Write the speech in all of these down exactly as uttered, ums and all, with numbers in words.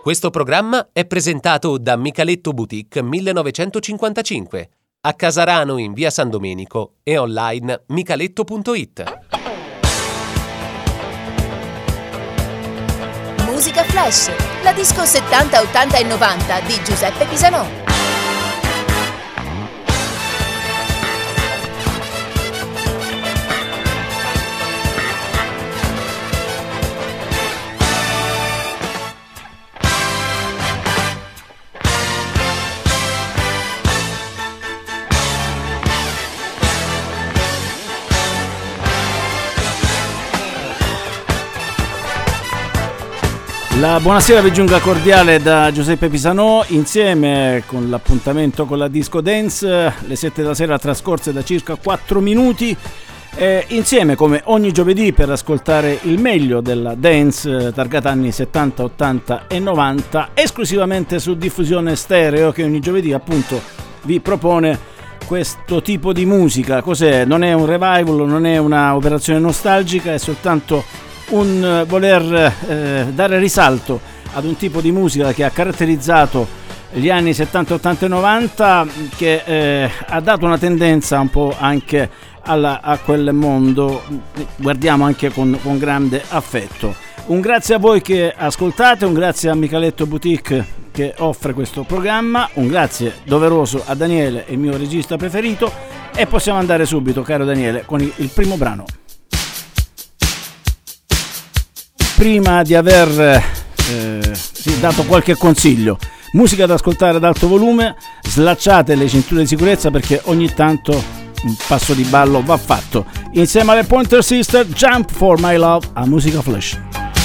Questo programma è presentato da Micaletto Boutique millenovecentocinquantacinque, a Casarano in via San Domenico e online micaletto punto it. Musica Flash, la disco settanta, ottanta e novanta di Giuseppe Pisanò. La buonasera vi giunga cordiale da Giuseppe Pisanò, insieme con l'appuntamento con la Disco Dance, le sette della sera trascorse da circa quattro minuti, eh, insieme come ogni giovedì per ascoltare il meglio della dance targata anni settanta, ottanta e novanta, esclusivamente su Diffusione Stereo, che ogni giovedì appunto vi propone questo tipo di musica. Cos'è? Non è un revival, non è una operazione nostalgica, è soltanto un voler eh, dare risalto ad un tipo di musica che ha caratterizzato gli anni settanta, ottanta e novanta, che eh, ha dato una tendenza un po' anche alla, a quel mondo. Guardiamo anche con, con grande affetto. Un grazie a voi che ascoltate, un grazie a Micaletto Boutique che offre questo programma, un grazie doveroso a Daniele, il mio regista preferito, e possiamo andare subito, caro Daniele, con il, il primo brano. Prima di aver eh, sì, dato qualche consiglio, musica da ascoltare ad alto volume, slacciate le cinture di sicurezza perché ogni tanto un passo di ballo va fatto. Insieme alle Pointer Sister, Jump for My Love a Musica Flash.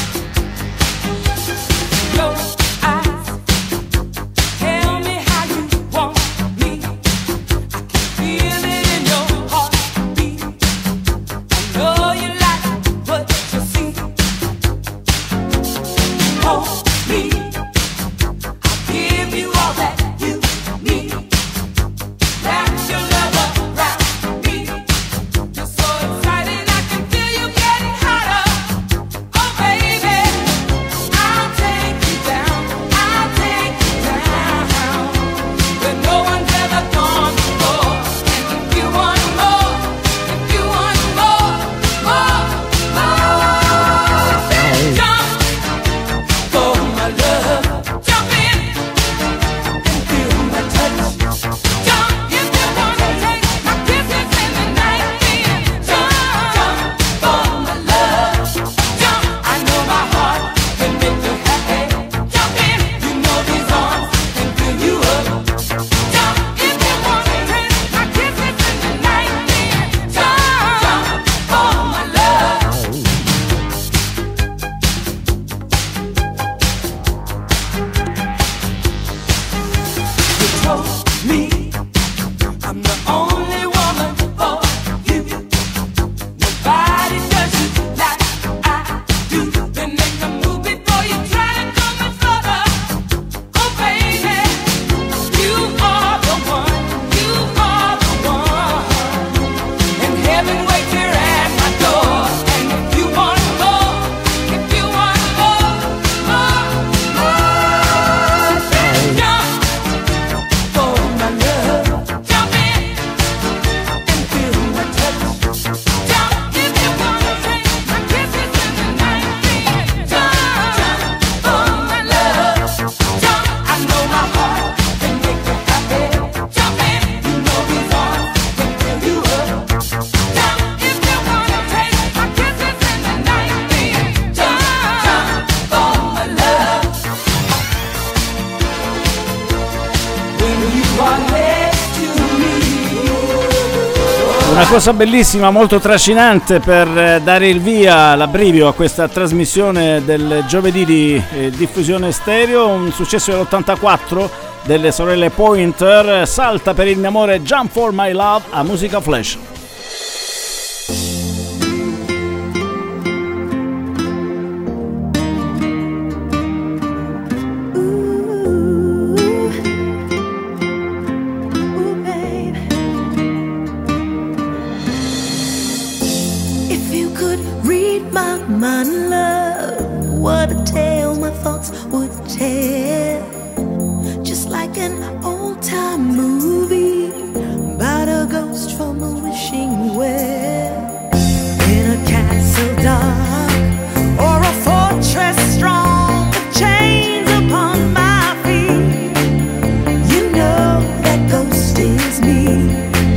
Una cosa bellissima, molto trascinante per dare il via, l'abbrivio a questa trasmissione del giovedì di eh, Diffusione Stereo, un successo dell'ottantaquattro delle sorelle Pointer, Salta per il mio amore, Jump for My Love a Musica Flash. My love, what a tale my thoughts would tell. tale, just like an old-time movie about a ghost from a wishing well. In a castle dark or a fortress strong with chains upon my feet, you know that ghost is me.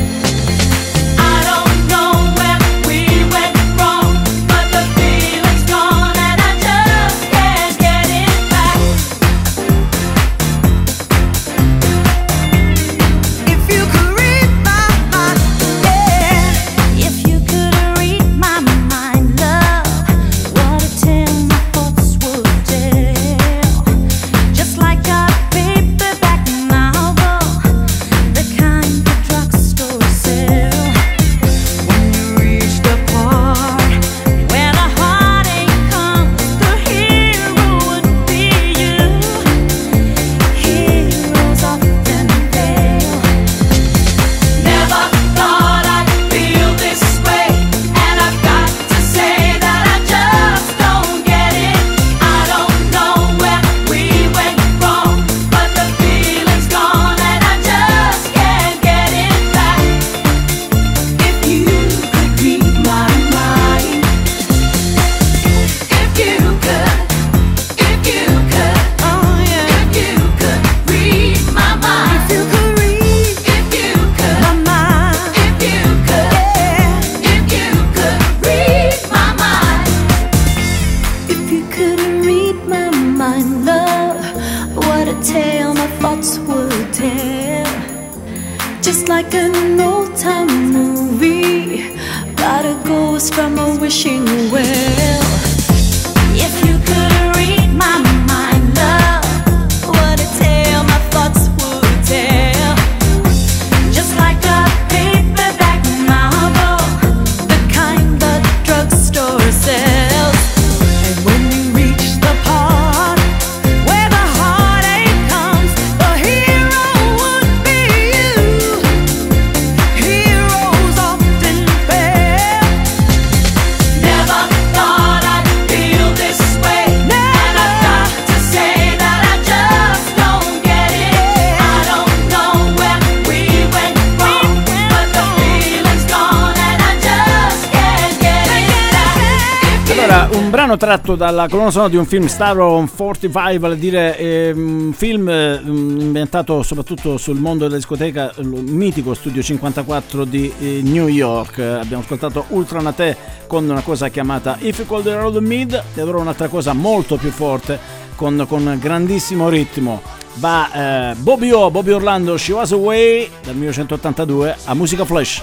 Tratto dalla colonna sonora di un film Star on quarantacinque, vale a dire eh, un film eh, inventato soprattutto sul mondo della discoteca, il mitico Studio cinquantaquattro di eh, New York. Abbiamo ascoltato Ultranate con una cosa chiamata If You Call the Road Mid, e ora un'altra cosa molto più forte con, con grandissimo ritmo. Va eh, Bobby O, Bobby Orlando, She Was Away dal millenovecentottantadue a Musica Flash.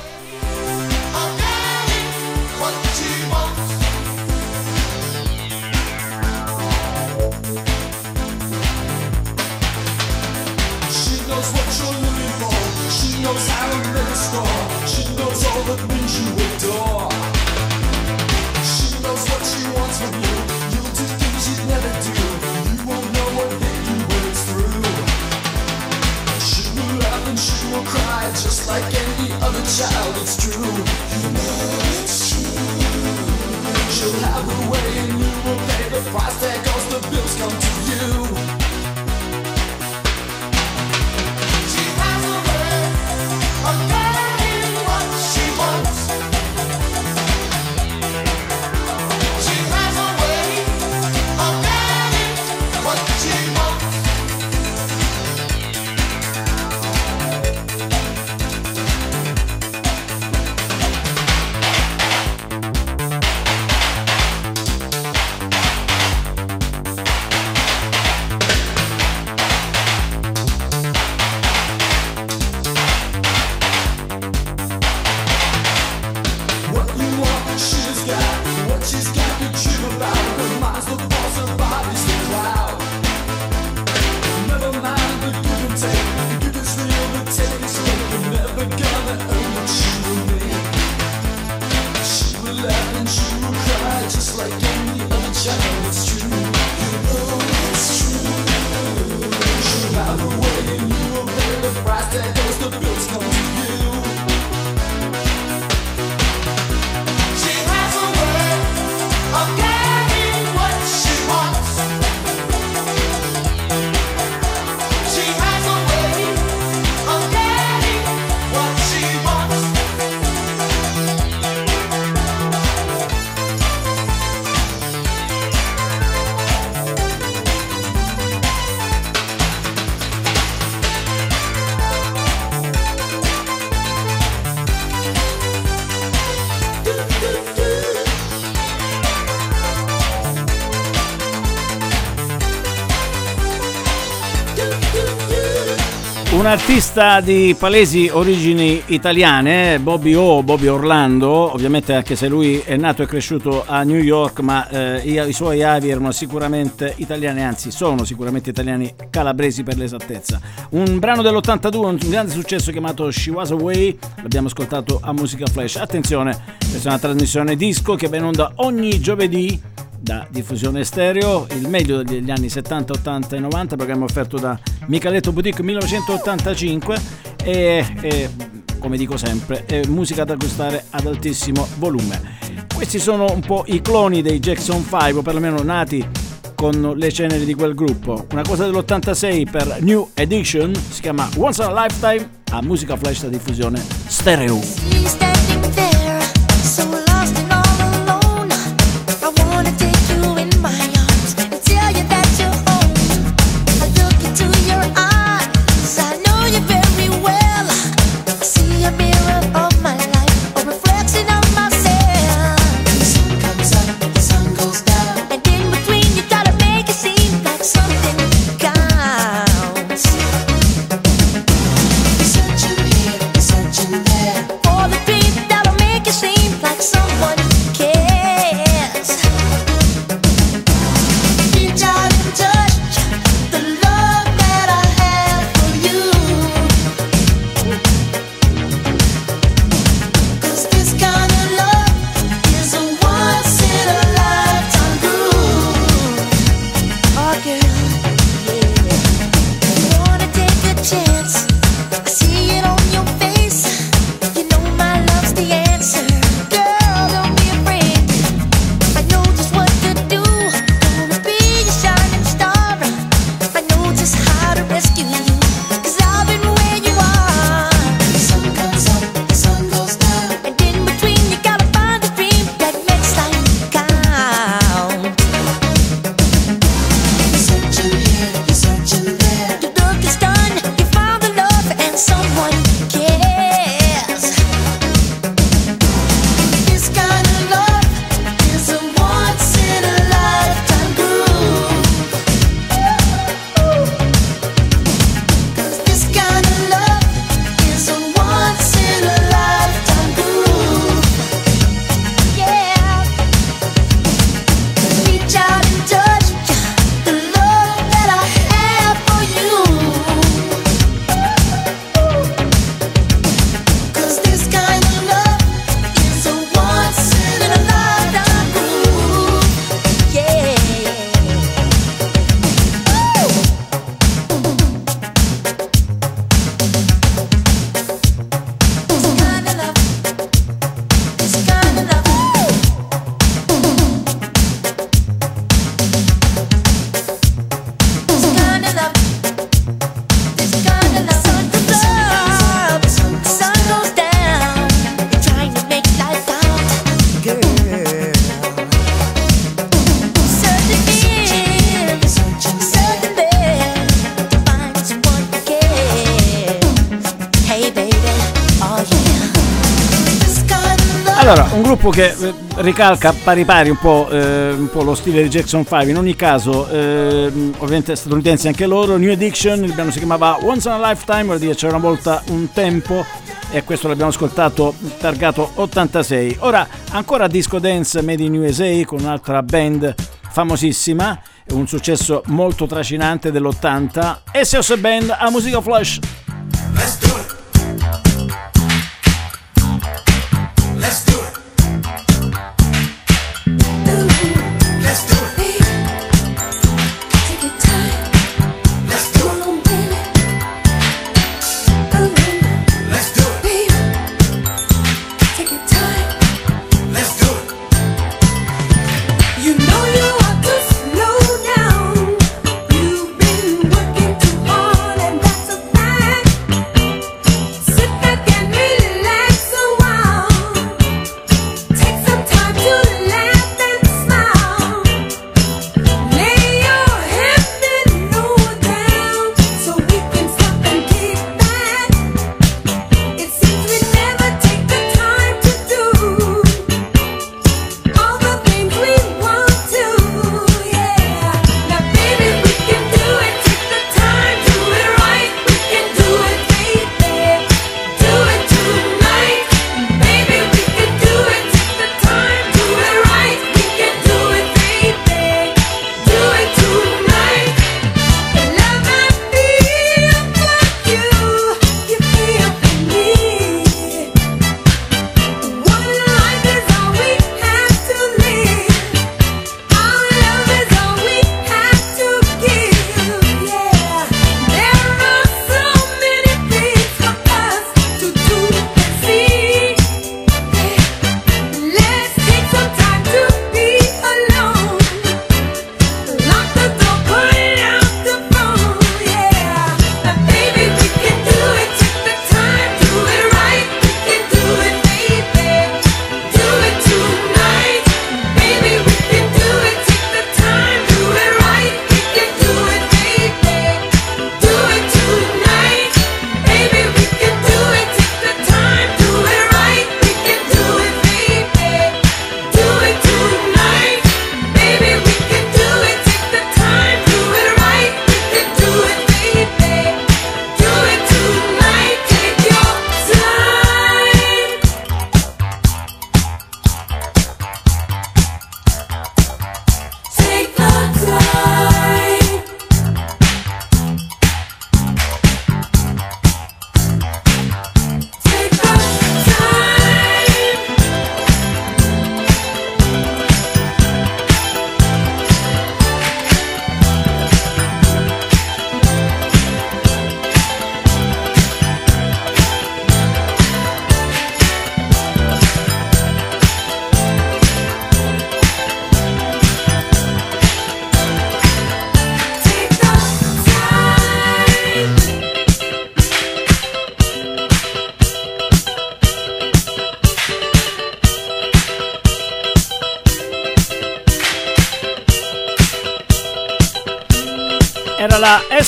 Un artista di palesi origini italiane, Bobby O, Bobby Orlando, ovviamente anche se lui è nato e cresciuto a New York, ma eh, i, i suoi avi erano sicuramente italiani, anzi sono sicuramente italiani, calabresi per l'esattezza. Un brano dell'ottantadue, un grande successo chiamato She Was Away, l'abbiamo ascoltato a Musica Flash. Attenzione, questa è una trasmissione disco che va in onda ogni giovedì da Diffusione Stereo, il meglio degli anni settanta, ottanta e novanta, programma offerto da Micaletto Boutique millenovecentottantacinque e, e come dico sempre, è musica da gustare ad altissimo volume. Questi sono un po' i cloni dei Jackson cinque, o perlomeno nati con le ceneri di quel gruppo. Una cosa dell'ottantasei per New Edition, si chiama Once in a Lifetime, a Musica Flash da Diffusione Stereo. Allora, un gruppo che ricalca pari pari un po', eh, un po' lo stile di Jackson cinque, in ogni caso eh, ovviamente statunitensi anche loro. New Addiction, il brano si chiamava Once in a Lifetime, vuol dire c'era una volta un tempo, e questo l'abbiamo ascoltato targato ottantasei. Ora ancora disco dance made in U S A con un'altra band famosissima, un successo molto trascinante dell'ottanta, S O S Band a Musica Flash. Let's do it. Let's do it. Let's do it. Take your time. Let's do it. Let's do it. Take your time. Let's do it. You know you ought to slow down. You've been working too hard, and that's a fact.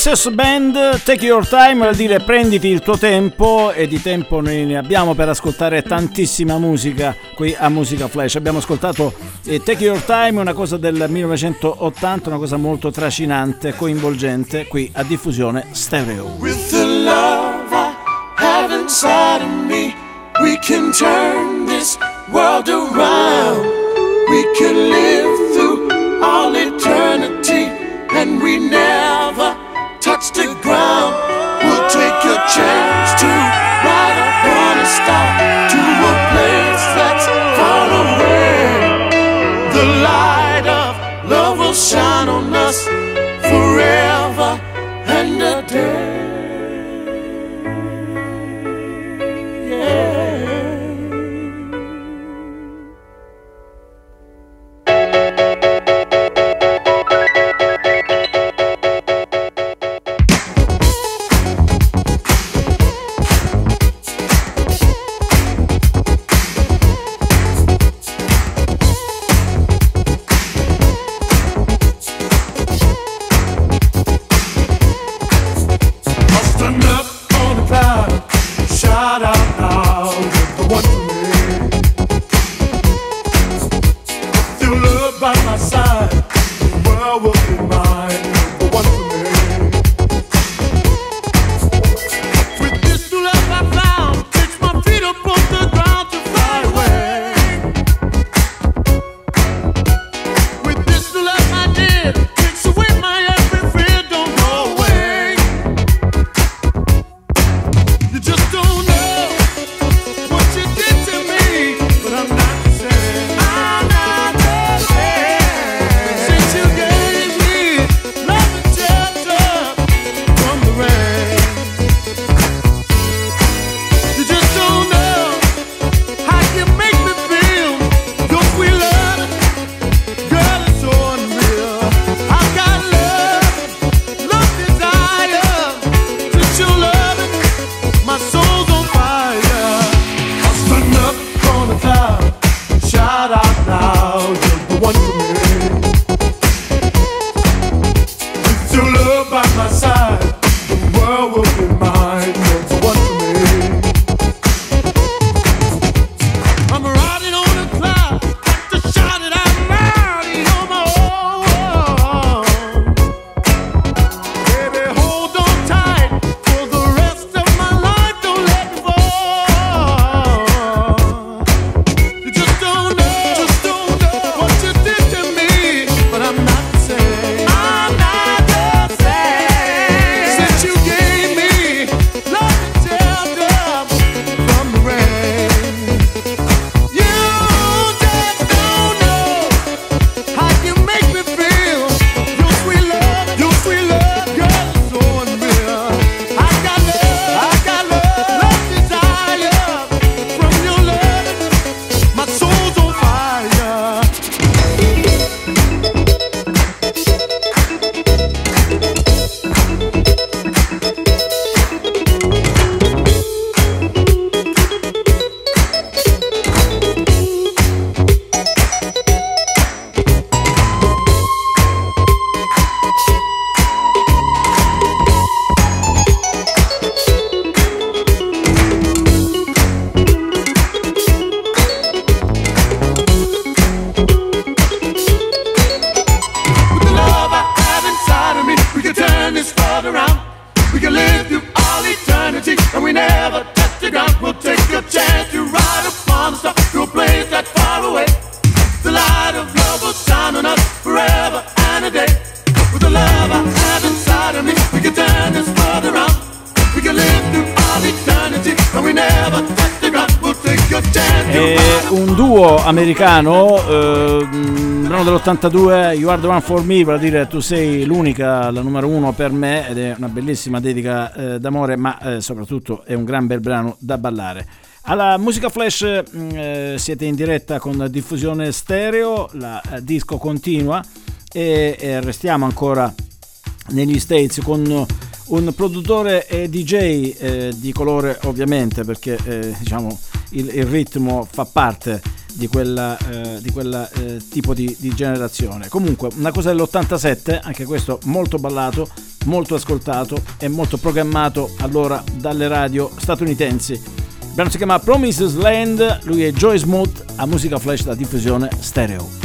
Texas Band, Take Your Time, vuol dire prenditi il tuo tempo, e di tempo noi ne abbiamo per ascoltare tantissima musica qui a Musica Flash. Abbiamo ascoltato eh, Take Your Time, una cosa del millenovecentottanta, una cosa molto trascinante, coinvolgente, qui a Diffusione Stereo. With the love I have inside of me, we can turn this world around. We can live through all eternity, and we never touch the ground. We'll take a chance to ride upon a star to a place that's far away. The light of love will shine on us forever and a day. Americano, eh, brano dell'ottantadue, You Are The One For Me, vuol dire tu sei l'unica, la numero uno per me, ed è una bellissima dedica eh, d'amore, ma eh, soprattutto è un gran bel brano da ballare. Alla Musica Flash eh, siete in diretta con Diffusione Stereo, la eh, disco continua, e, e restiamo ancora negli States con un produttore e D J eh, di colore, ovviamente, perché eh, diciamo il, il ritmo fa parte di quella, eh, di quella eh, tipo di, di generazione. Comunque una cosa dell'ottantasette, anche questo molto ballato, molto ascoltato e molto programmato allora dalle radio statunitensi. Il brano si chiama Promised Land, lui è Joe Smooth, a Musica Flash da diffusione stereo.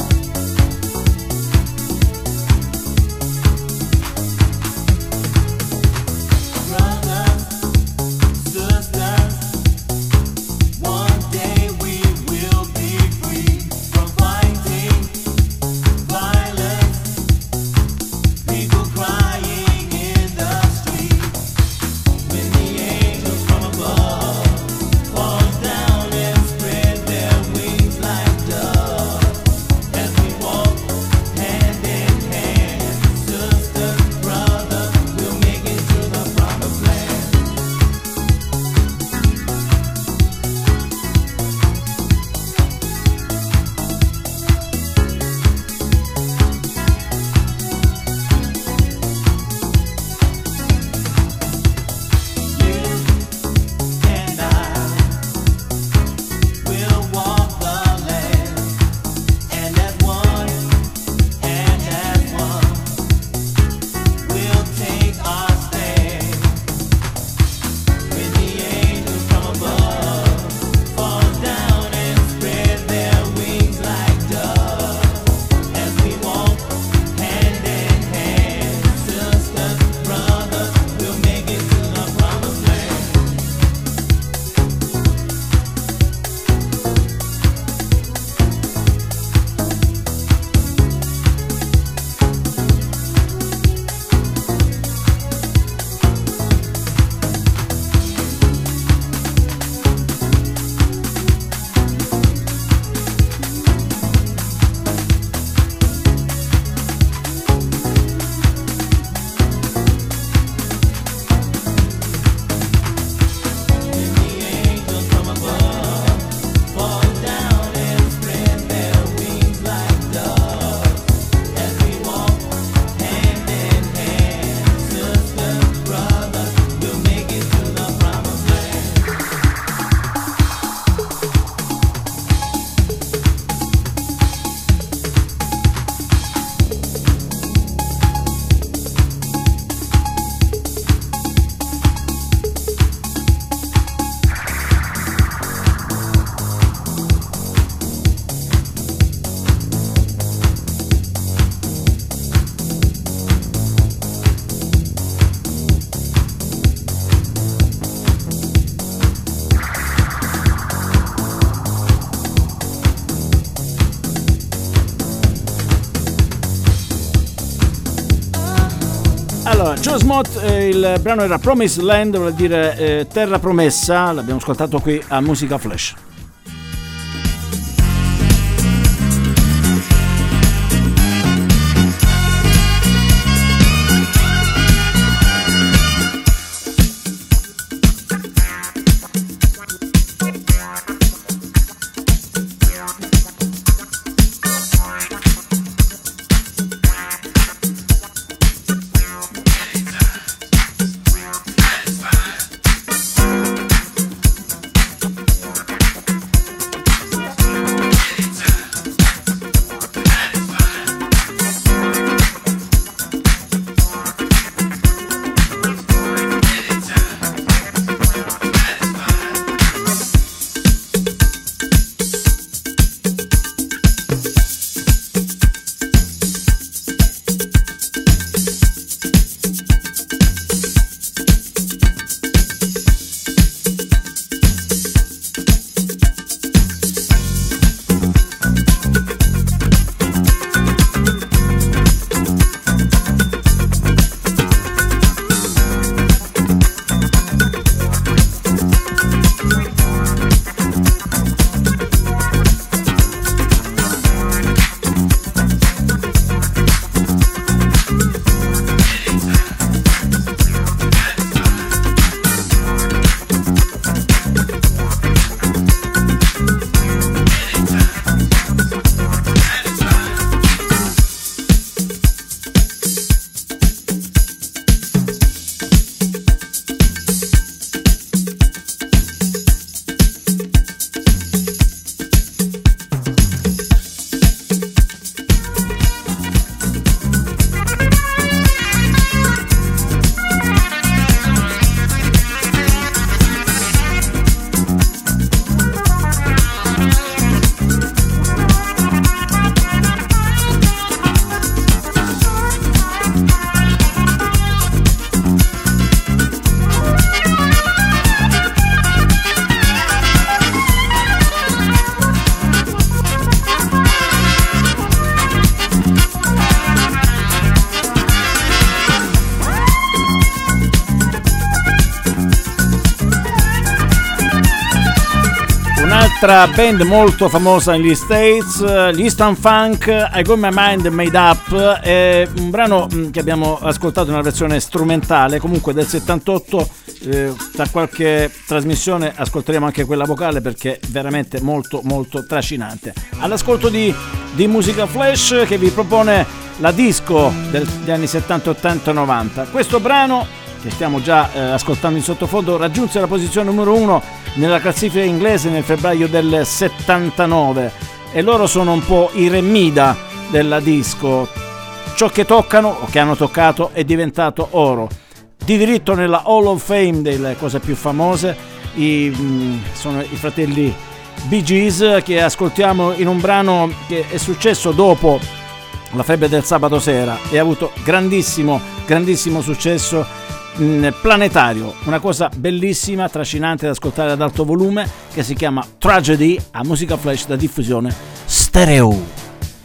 Allora, Joe Smooth, eh, il brano era Promised Land, vuol dire eh, terra promessa, l'abbiamo ascoltato qui a Musica Flash. Un'altra band molto famosa negli States, gli Eastern Funk, I Got My Mind Made Up, è un brano che abbiamo ascoltato in una versione strumentale, comunque del settantotto. Eh, da qualche trasmissione ascolteremo anche quella vocale perché è veramente molto molto trascinante. All'ascolto di, di Musica Flash, che vi propone la disco degli anni settanta, ottanta e novanta. Questo brano, che stiamo già eh, ascoltando in sottofondo, raggiunse la posizione numero uno nella classifica inglese nel febbraio del settantanove, e loro sono un po' i re Mida della disco. Ciò che toccano o che hanno toccato è diventato oro, di diritto nella Hall of Fame delle cose più famose. I, mh, sono i fratelli Bee Gees, che ascoltiamo in un brano che è successo dopo la febbre del sabato sera e ha avuto grandissimo grandissimo successo planetario, una cosa bellissima, trascinante da ascoltare ad alto volume, che si chiama Tragedy, a Musica Flash da diffusione stereo.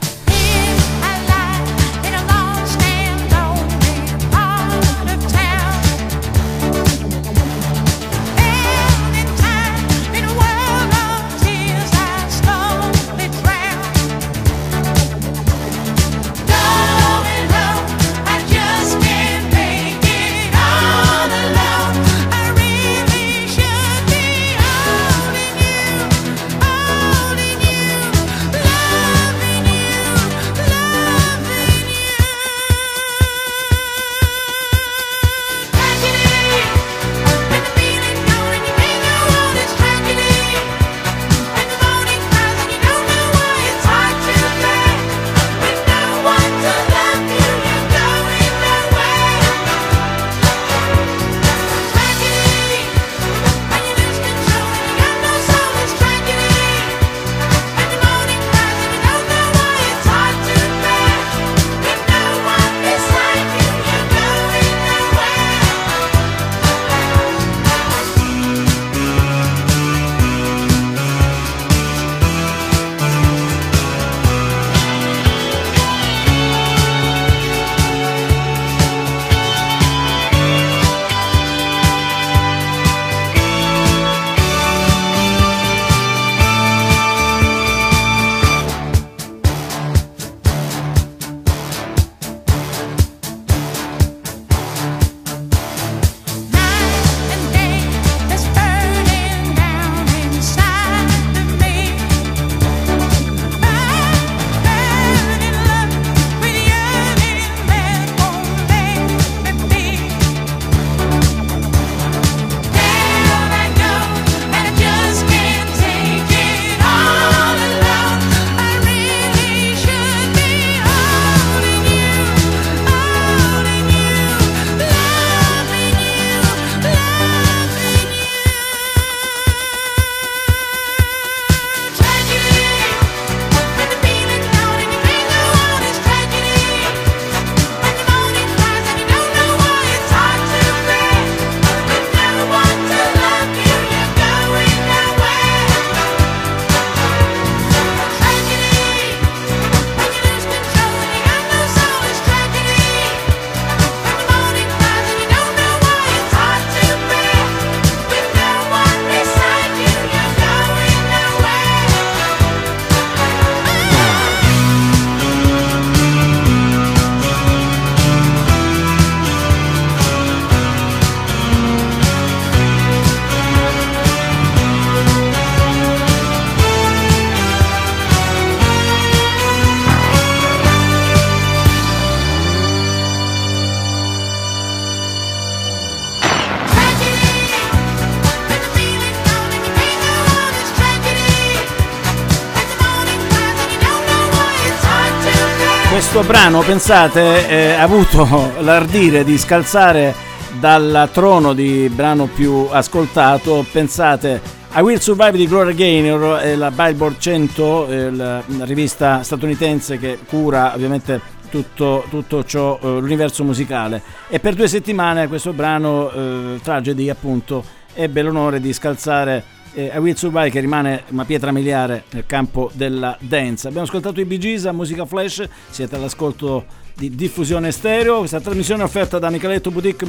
Questo brano, pensate, eh, ha avuto l'ardire di scalzare dal trono di brano più ascoltato. Pensate, I Will Survive di Gloria Gaynor, è la Billboard cento, eh, la rivista statunitense che cura ovviamente tutto, tutto ciò, eh, l'universo musicale, e per due settimane questo brano, eh, Tragedy appunto, ebbe l'onore di scalzare Eh, I Will Survive, che rimane una pietra miliare nel campo della dance. Abbiamo ascoltato i Bee Gees a Musica Flash, siete all'ascolto di Diffusione Stereo. Questa trasmissione è offerta da Micaletto Boutique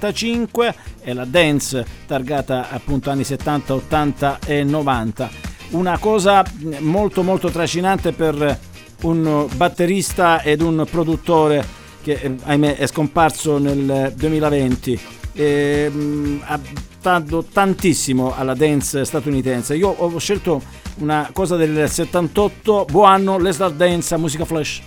millenovecentottantacinque, è la dance targata appunto anni settanta, ottanta e novanta. una cosa molto molto trascinante per un batterista ed un produttore che ahimè è scomparso nel duemilaventi. E, mh, ha dato tantissimo alla dance statunitense. Io ho scelto una cosa del settantotto, buon anno, Let's Start Dance a Musica Flash.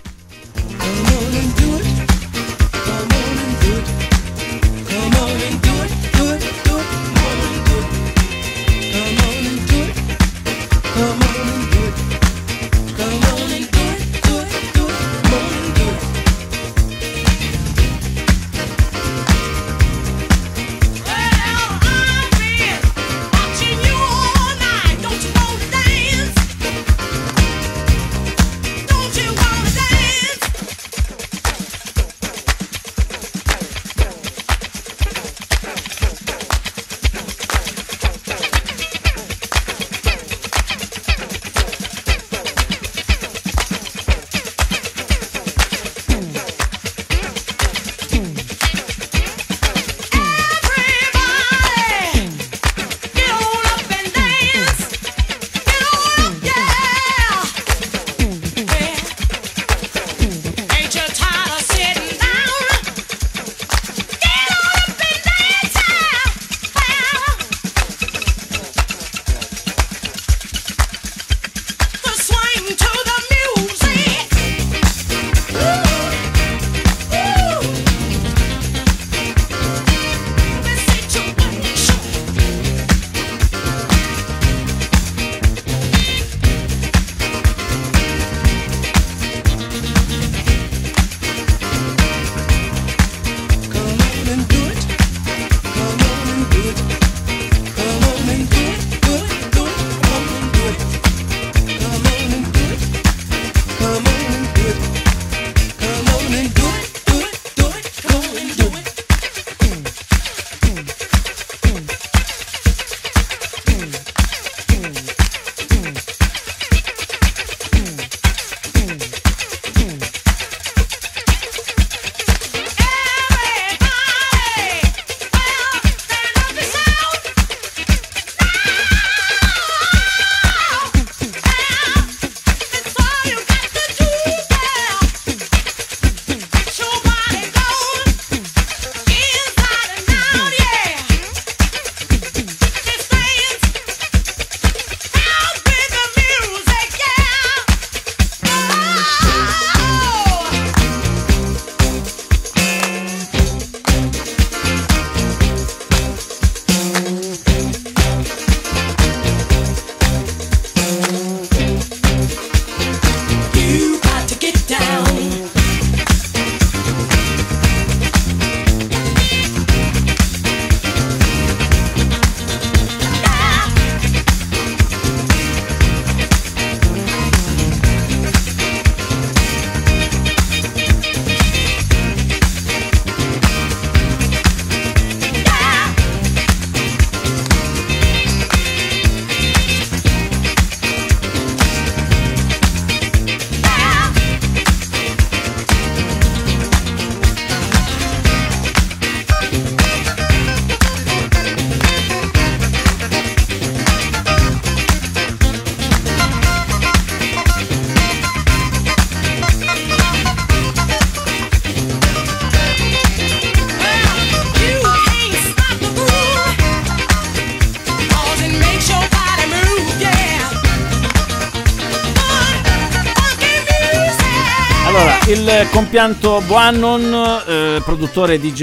Il compianto Bohannon, eh, produttore D J,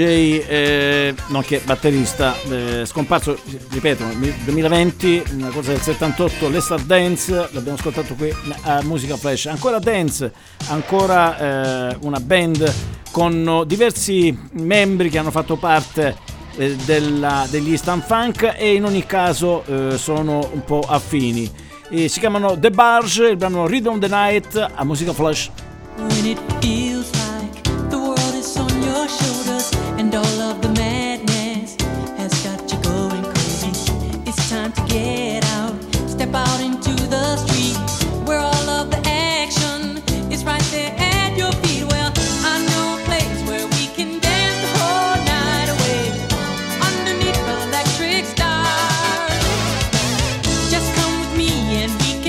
eh, nonché batterista, eh, scomparso, ripeto, nel duemilaventi, una cosa del settantotto, Let's Start Dance, l'abbiamo ascoltato qui a Musica Flash. Ancora dance, ancora eh, una band con diversi membri che hanno fatto parte eh, della, degli Instant Funk e in ogni caso eh, sono un po' affini. E si chiamano The Barge, il brano Rhythm the Night a Musica Flash. When it feels like the world is on your shoulders and all of the madness has got you going crazy, it's time to get out, step out into the street where all of the action is right there at your feet. Well, I know a place where we can dance the whole night away underneath the electric stars. Just come with me and we can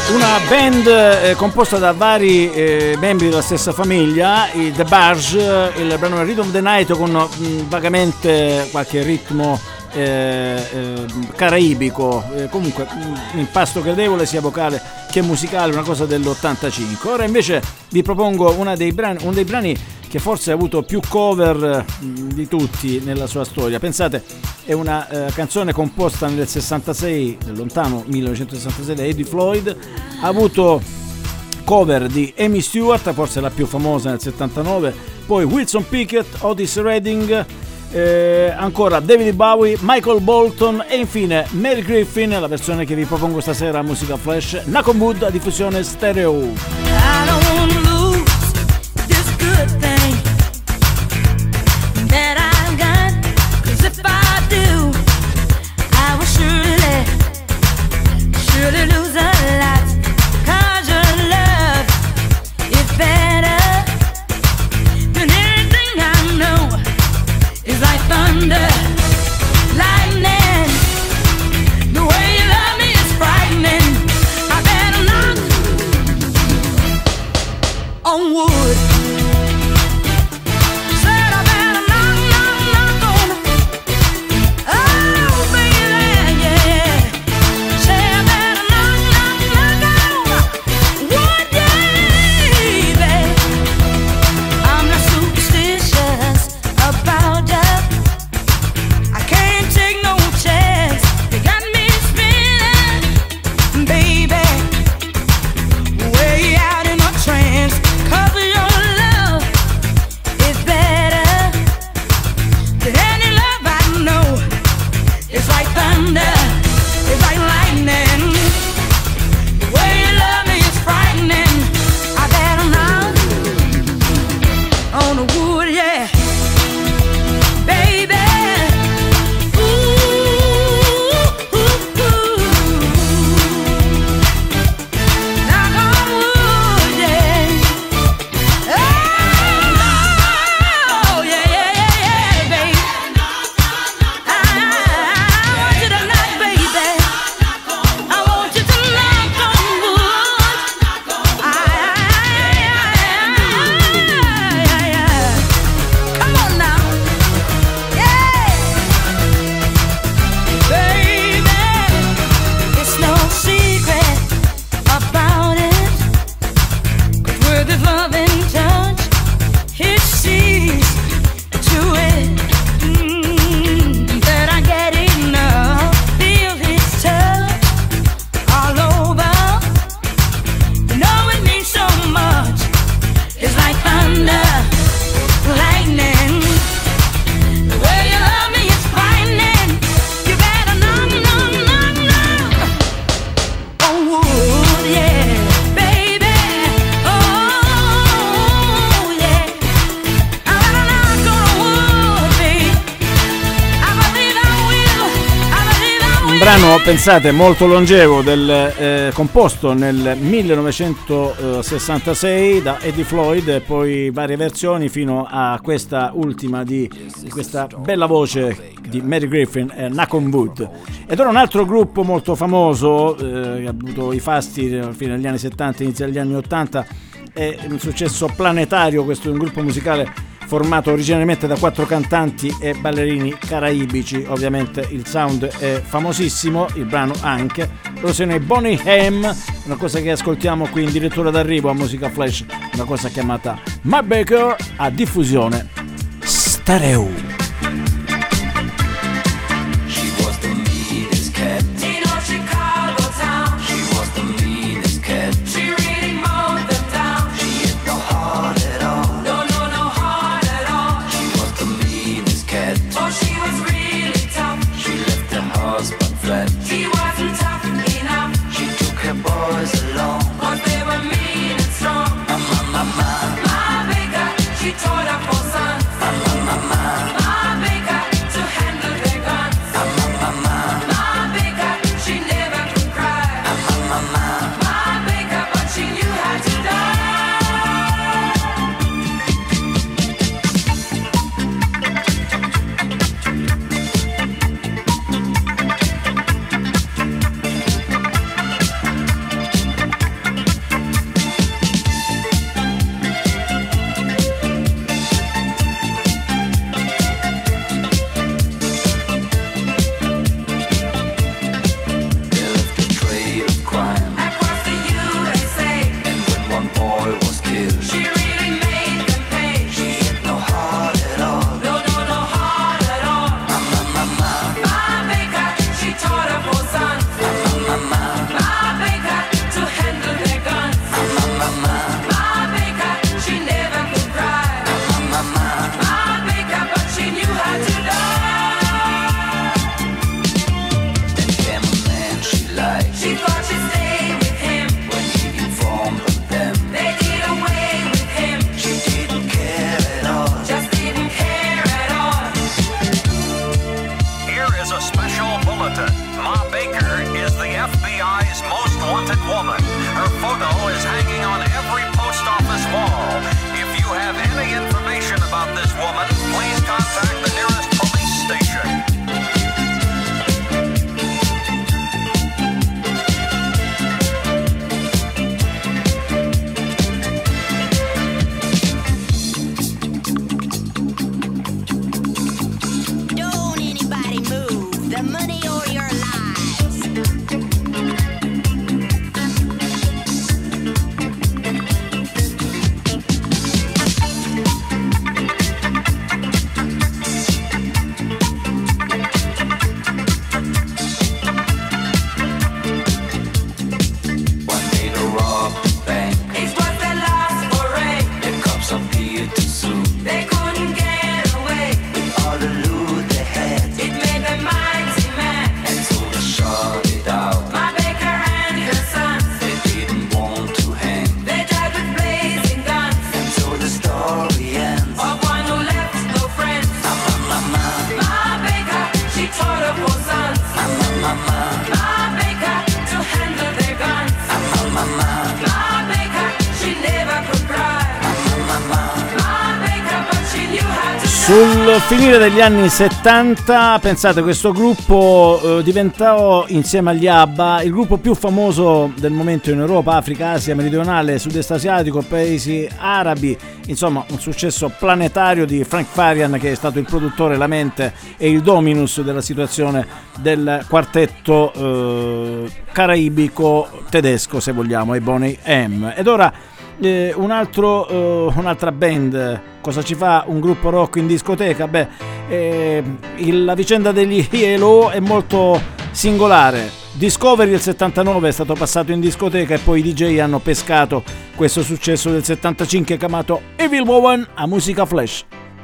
Una band eh, composta da vari eh, membri della stessa famiglia, i The Barge, il brano Rhythm of the Night con mh, vagamente qualche ritmo eh, eh, caraibico, eh, comunque un impasto gradevole sia vocale che musicale, una cosa dell'ottantacinque. Ora invece vi propongo una dei brani, uno dei brani che forse ha avuto più cover mh, di tutti nella sua storia. Pensate, è una eh, canzone composta nel sessantasei, nel lontano millenovecentosessantasei, da Eddie Floyd. Ha avuto cover di Amy Stewart, forse la più famosa, nel settantanove, poi Wilson Pickett, Otis Redding, eh, ancora David Bowie, Michael Bolton e infine Mary Griffin, la versione che vi propongo stasera a Musica Flash, Knock on Wood a diffusione stereo. I don't wanna lose this good thing that I've got, 'cause if I do, I will surely, surely lose a lot, 'cause your love is better than anything I know. It's like thunder, lightning, the way you love me is frightening. I better knock on wood. Said I better knock, knock, knock on. Oh, baby, yeah. Said I better knock, knock, knock on wood, baby. I'm not superstitious about you. I can't take no chance. You got me spinning, baby, way out in a trance. 'Cause your love is better than any love I know. It's like thunder, it's like lightning. The way you love me is frightening. I better knock on the wood, yeah, baby. Ooh, ooh, ooh. Knock on wood, yeah. Oh, yeah, yeah, yeah, yeah, baby. I want you to knock, baby. I want you to knock on wood. Come on now. Yeah. Baby, it's no secret about it, 'cause with his loving touch, it sees to it mm, that I get enough. Feel his touch all over. You know it means so much. It's like thunder, lightning. The way you love me is frightening. You better knock, knock, knock, knock on wood, yeah, baby. Oh, yeah. I better knock on wood, baby. I believe I will. I believe I will. Un brano, pensate, molto longevo, del, eh, composto nel millenovecentosessantasei da Eddie Floyd, e poi varie versioni fino a questa ultima di, di questa bella voce di Mary Griffin, eh, Knock on Wood. Ed ora un altro gruppo molto famoso, eh, che ha avuto i fasti alla fine degli anni settanta, inizio degli anni ottanta, è un successo planetario. Questo è un gruppo musicale formato originariamente da quattro cantanti e ballerini caraibici. Ovviamente il sound è famosissimo, il brano anche. Loro sono i Boney M, una cosa che ascoltiamo qui in dirittura d'arrivo a Musica Flash, una cosa chiamata My Baker a diffusione stereo. He wasn't tough enough. She took her boys along, 'cause they were mean and strong. My, my, my, my baker, she taught her four sons. My, my, my, my. Sul finire degli anni settanta, pensate, questo gruppo eh, diventò, insieme agli ABBA, il gruppo più famoso del momento in Europa, Africa, Asia meridionale, sud-est asiatico, paesi arabi. Insomma, un successo planetario di Frank Farian, che è stato il produttore, la mente e il dominus della situazione del quartetto eh, caraibico tedesco, se vogliamo, i Boney M. Ed ora eh, un altro, eh, un'altra band. Cosa ci fa un gruppo rock in discoteca? Beh, eh, il, la vicenda degli E L O è molto singolare. Discovery del settantanove è stato passato in discoteca e poi i D J hanno pescato questo successo del settantacinque chiamato Evil Woman a musica flash.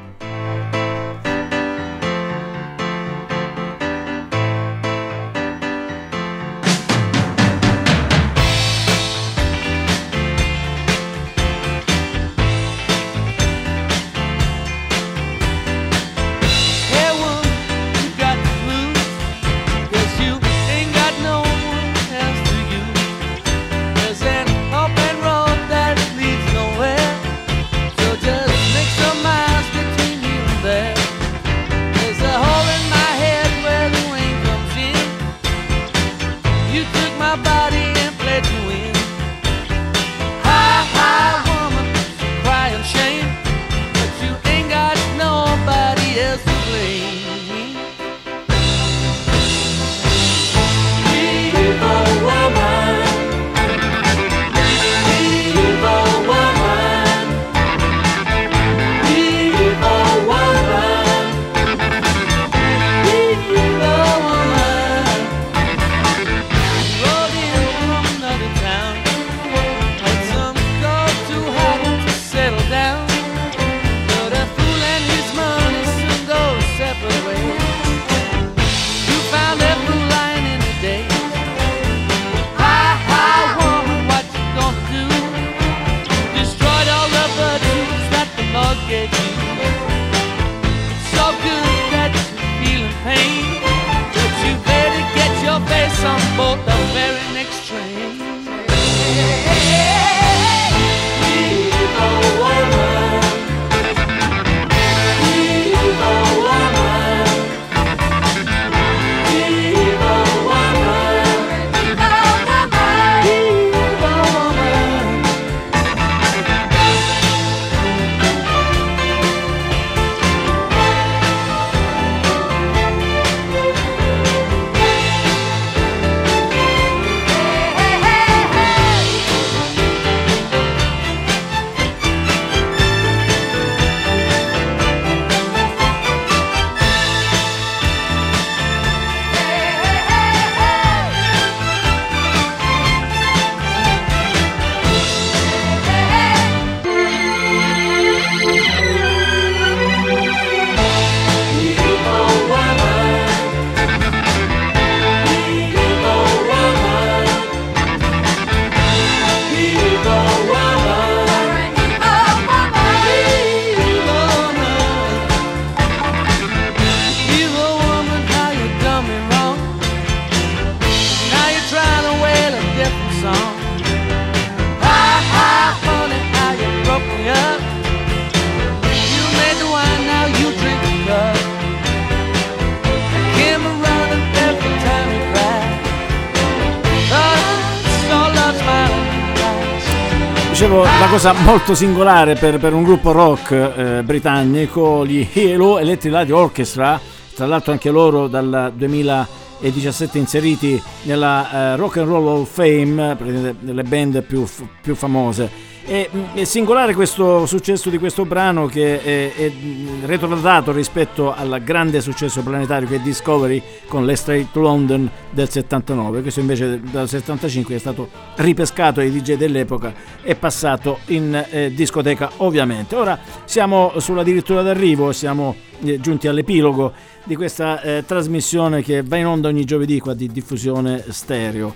Dicevo, una cosa molto singolare per, per un gruppo rock eh, britannico, gli E L O Electric Light Orchestra, tra l'altro anche loro dal duemiladiciassette inseriti nella eh, Rock and Roll Hall of Fame, delle band più, più famose. E, è singolare questo successo di questo brano, che è, è retrodato rispetto al grande successo planetario che è Discovery con Let's Straight to London del settantanove. Questo invece dal settantacinque è stato ripescato ai D J dell'epoca e passato in eh, discoteca, ovviamente. Ora siamo sulla dirittura d'arrivo, siamo eh, giunti all'epilogo di questa eh, trasmissione che va in onda ogni giovedì qua di Diffusione Stereo.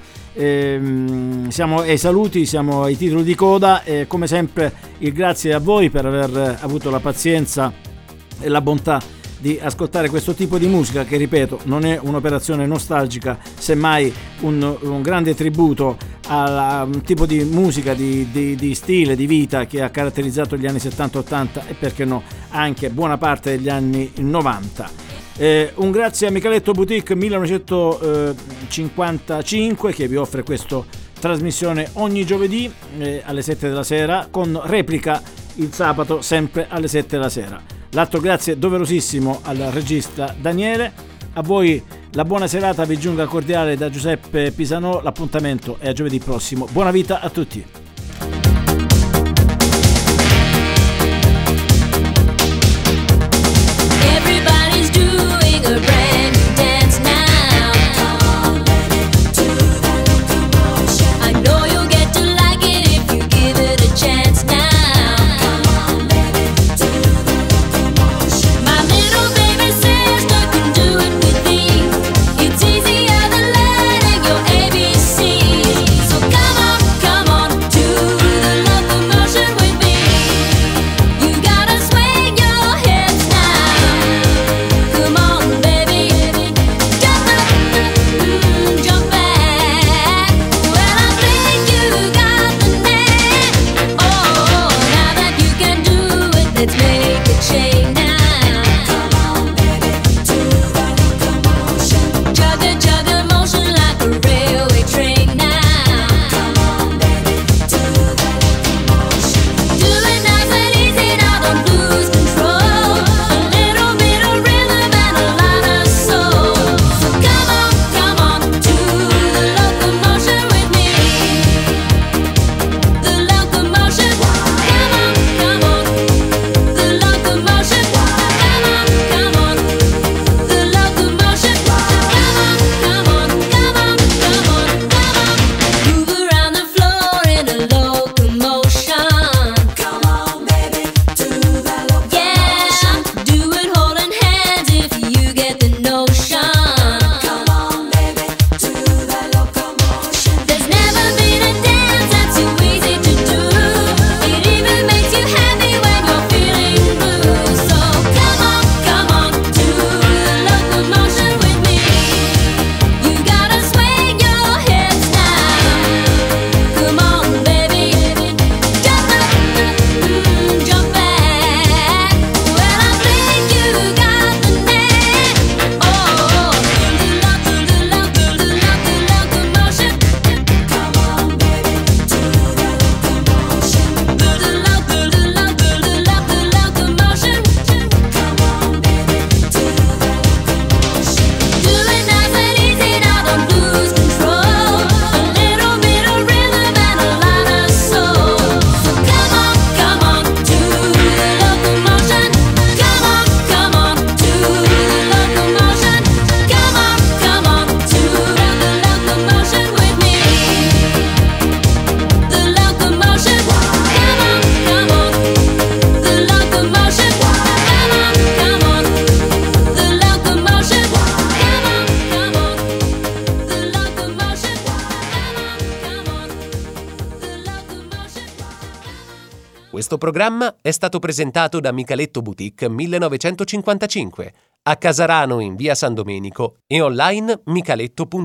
Ehm, siamo ai saluti, siamo ai titoli di coda e come sempre il grazie a voi per aver avuto la pazienza e la bontà di ascoltare questo tipo di musica che, ripeto, non è un'operazione nostalgica, semmai un, un grande tributo a un tipo di musica, di, di, di stile, di vita che ha caratterizzato gli anni settanta ottanta e perché no anche buona parte degli anni novanta. Eh, un grazie a Micaletto Boutique millenovecentocinquantacinque che vi offre questa trasmissione ogni giovedì eh, alle sette della sera, con replica il sabato sempre alle sette della sera. L'altro grazie doverosissimo al regista Daniele. A voi la buona serata, vi giunga cordiale da Giuseppe Pisanò, l'appuntamento è a giovedì prossimo. Buona vita a tutti. Everybody's doing a brand new dance now. I know you'll get to like it if you give it a chance now. My little baby says look and do it with me. It's easier than learning your A B C. So come on, come on to the locomotion with me. You gotta swing your hips now. Come on, baby, jump up, mm, jump back. Well, I think you got the knack. Oh, now that you can do it, let's make a chain now. Come on, baby, to the locomotion. Chug a chug a motion like a railway train now. Come on, baby, to the locomotion. Do it nice and easy now, don't lose control. A little bit of rhythm and a lot of soul. So come on, come on to the locomotion with me. The locomotion. Come on, come on. The locomotion. Come on, come on. The locomotion. Come on, come on, come on, come on, come on. Move around the floor in a locomotion. Come on, baby, to the locomotion. Yeah, do it holding hands if you get the notion. Come on, baby, to the locomotion. There's never been a dance that's too easy to do. It even makes you happy when you're feeling blue. So come on, come on to the locomotion with me. You gotta swing your hips now. Come on, baby, jump up, mm, jump back. Well, I think you got the knack. Oh, the lock, the lock, the lock, the locomotion. Come on, baby, to the locomotion. The lock, the lock, the lock, the locomotion. Come on, baby, to the locomotion. Do it nice and easy now, don't lose control. A little bit of rhythm and a lot of soul. So come on, come on to the locomotion. Come on, come on to the locomotion. Come on, come on to the locomotion with me. The locomotion. Come on, come on. The locomotion. Come on, come on. The locomotion. Come on, come on. The locomotion. Come on, come on. The locomotion. Questo programma è stato presentato da Micaletto Boutique millenovecentocinquantacinque, a Casarano in via San Domenico e online micaletto punto it.